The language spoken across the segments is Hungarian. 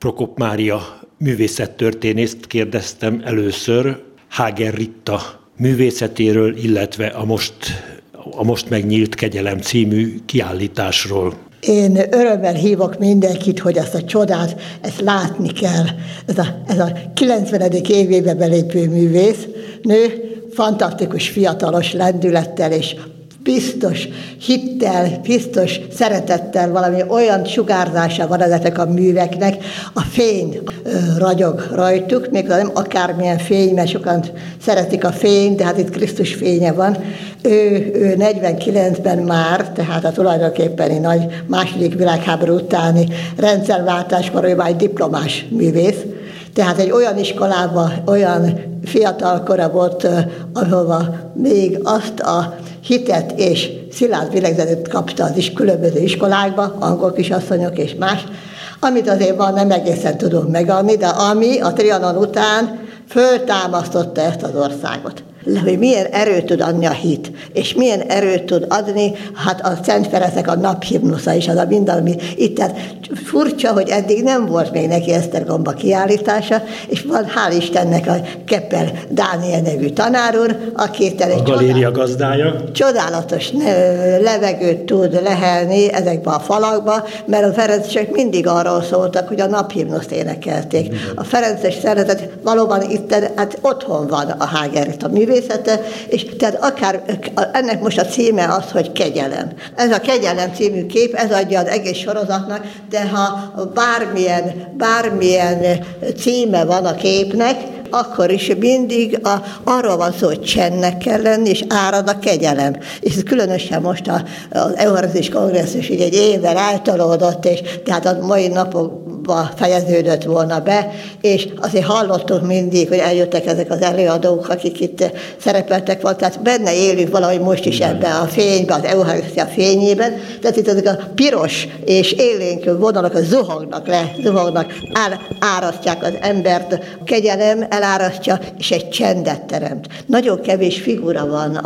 Prokop Mária művészettörténészt kérdeztem először Háger Ritta művészetéről, illetve a most megnyílt Kegyelem című kiállításról. Én örömmel hívok mindenkit, hogy ezt a csodát, ezt látni kell. Ez a 90. évébe belépő művésznő, fantasztikus fiatalos lendülettel és biztos hittel, biztos szeretettel, valami olyan sugárzása van ezeknek a műveknek, a fény ragyog rajtuk, még nem akármilyen fény, mert sokan szeretik a fényt, de hát itt Krisztus fénye van. Ő 49-ben már, tehát a tulajdonképpeni nagy második világháború utáni rendszerváltáskor ő már egy diplomás művész, tehát egy olyan iskolában, olyan fiatal kora volt, ahova még azt a hitet és szilárd lélegzetet kapta az különböző iskolákba, angol kisasszonyok és más, amit azért van nem egészen tudunk megadni, de ami a Trianon után föltámasztotta ezt az országot. Hogy milyen erőt tud adni a hit, és milyen erőt tud adni, hát a Szent Ferencnek a naphimnusza is, az a minden, ami itt. Tehát furcsa, hogy eddig nem volt még neki Esztergomba kiállítása, és van, hál' Istennek, a Keppel Dániel nevű tanár úr, aki a galéria gazdája. Csodálatos levegőt tud lehelni ezekbe a falakba, mert a ferencesek mindig arról szóltak, hogy a naphimnuszt énekelték. A ferences szeretet valóban itt, hát otthon van a Háger Ritta művészete, és tehát akár ennek most a címe az, hogy Kegyelem. Ez a Kegyelem című kép, ez adja az egész sorozatnak, de ha bármilyen címe van a képnek, akkor is mindig arról van szó, hogy csendnek kell lenni, és árad a kegyelem. És különösen most az Euchariszius Kongresszus így egy évvel eltolódott, és tehát a mai napokban fejeződött volna be, és azért hallottuk mindig, hogy eljöttek ezek az előadók, akik itt szerepeltek volna, tehát benne élünk valahogy most is ebben a fényben, az Eucharisztia fényében, tehát itt ezek a piros és élénk vonalak zuhognak, árasztják az embert, a kegyelem elárasztja, és egy csendet teremt. Nagyon kevés figura van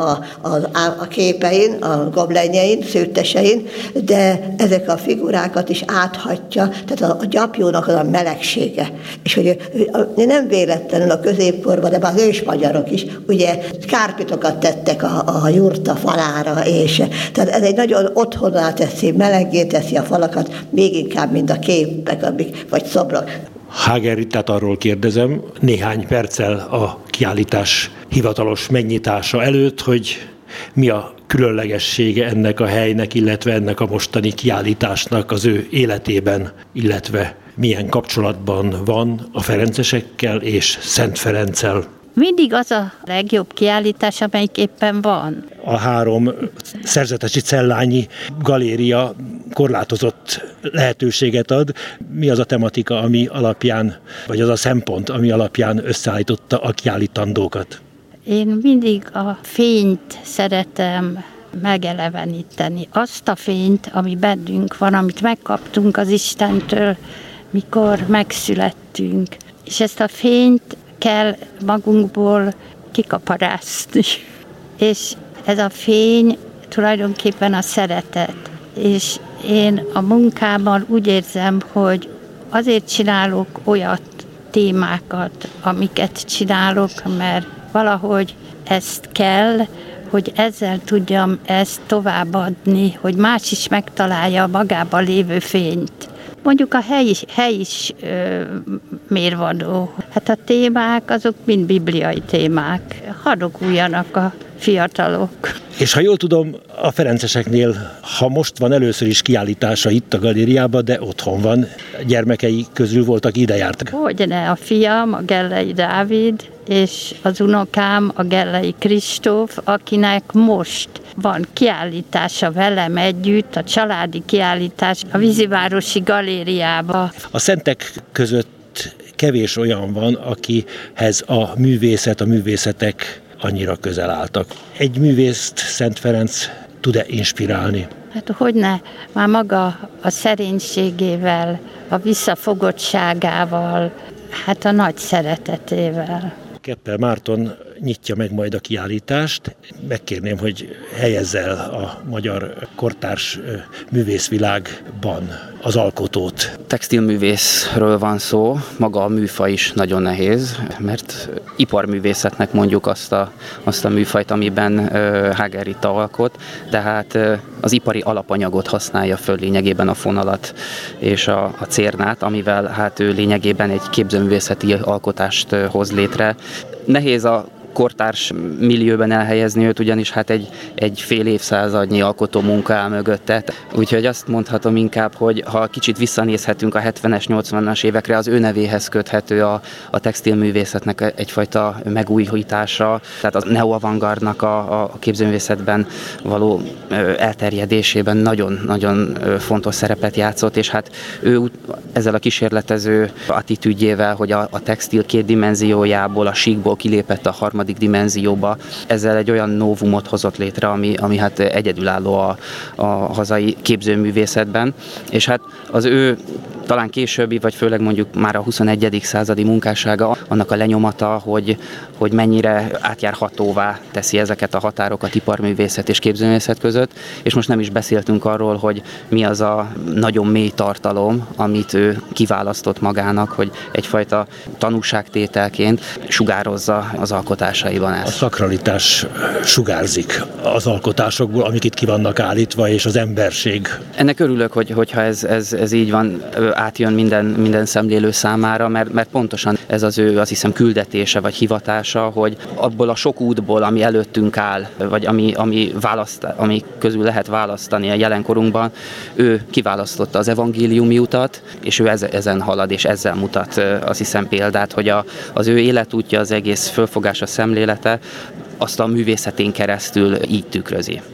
a képein, a goblenjein, szőttesein, de ezek a figurákat is áthatja, tehát a gyapjónak az a melegsége. És hogy nem véletlenül a középkorban, de már az ősmagyarok is, ugye kárpitokat tettek a jurta falára, és tehát ez egy nagyon otthonná teszi, meleggé teszi a falakat, még inkább, mint a képek, vagy szobrok. Háger Rittát arról kérdezem, néhány perccel a kiállítás hivatalos megnyitása előtt, hogy mi a különlegessége ennek a helynek, illetve ennek a mostani kiállításnak az ő életében, illetve milyen kapcsolatban van a ferencesekkel és Szent Ferenccel. Mindig az a legjobb kiállítás, amelyik éppen van. A 3 szerzetesi cellányi galéria korlátozott lehetőséget ad. Mi az a tematika, ami alapján, vagy az a szempont, ami alapján összeállította a kiállítandókat? Én mindig a fényt szeretem megeleveníteni. Azt a fényt, ami bennünk van, amit megkaptunk az Istentől, mikor megszülettünk. És ezt a fényt kell magunkból kikaparászni. És ez a fény tulajdonképpen a szeretet. És én a munkában úgy érzem, hogy azért csinálok olyat témákat, amiket csinálok, mert valahogy ezt kell, hogy ezzel tudjam ezt továbbadni, hogy más is megtalálja magában lévő fényt. Mondjuk a hely is mérvadó. Hát a témák azok mind bibliai témák. Hadoguljanak a fiatalok. És ha jól tudom, a ferenceseknél, ha most van először is kiállítása itt a galériában, de otthon van, gyermekei közül voltak, ide jártak. Hogyne, a fiam, a Gellei Dávid, és az unokám, a Gellei Kristóf, akinek most van kiállítása velem együtt, a családi kiállítás a Vízivárosi Galériába. A szentek között kevés olyan van, akihez a művészet, a művészetek annyira közel álltak. Egy művészt Szent Ferenc tud-e inspirálni? Hát hogyne, már maga a szerénységével, a visszafogottságával, hát a nagy szeretetével. Keppel Márton nyitja meg majd a kiállítást. Megkérném, hogy helyezze el a magyar kortárs művészvilágban az alkotót. Textilművészről van szó, maga a műfaj is nagyon nehéz, mert iparművészetnek mondjuk azt a műfajt, amiben Hager Rita alkot, tehát az ipari alapanyagot használja föl lényegében a fonalat és a cérnát, amivel hát ő lényegében egy képzőművészeti alkotást hoz létre. Nehéz a kortárs millióben elhelyezni őt, ugyanis hát egy fél évszázadnyi alkotó munka áll mögötte. Úgyhogy azt mondhatom inkább, hogy ha kicsit visszanézhetünk a 70-es, 80-as évekre, az ő nevéhez köthető a textilművészetnek egyfajta megújítása, tehát a neo-avantgardnak a képzőművészetben való elterjedésében nagyon-nagyon fontos szerepet játszott, és hát ő ezzel a kísérletező attitűdjével, hogy a textil két dimenziójából, a síkból kilépett a harmadik dimenzióba, ezzel egy olyan novumot hozott létre, ami hát egyedülálló a hazai képzőművészetben, és hát az ő talán későbbi, vagy főleg mondjuk már a 21. századi munkássága, annak a lenyomata, hogy mennyire átjárhatóvá teszi ezeket a határokat iparművészet és képzőművészet között, és most nem is beszéltünk arról, hogy mi az a nagyon mély tartalom, amit ő kiválasztott magának, hogy egyfajta tanúságtételként sugározza az alkotásaiban ezt. A szakralitás sugárzik az alkotásokból, amik itt ki vannak állítva, és az emberség. Ennek örülök, hogyha ez így van, átjön minden szemlélő számára, mert pontosan ez az ő, azt hiszem, küldetése vagy hivatása, hogy abból a sok útból, ami előttünk áll, vagy ami közül lehet választani a jelenkorunkban, ő kiválasztotta az evangéliumi utat, és ő ezen halad, és ezzel mutat, azt hiszem, példát, hogy az ő életútja, az egész fölfogása, szemlélete, azt a művészetén keresztül így tükrözi.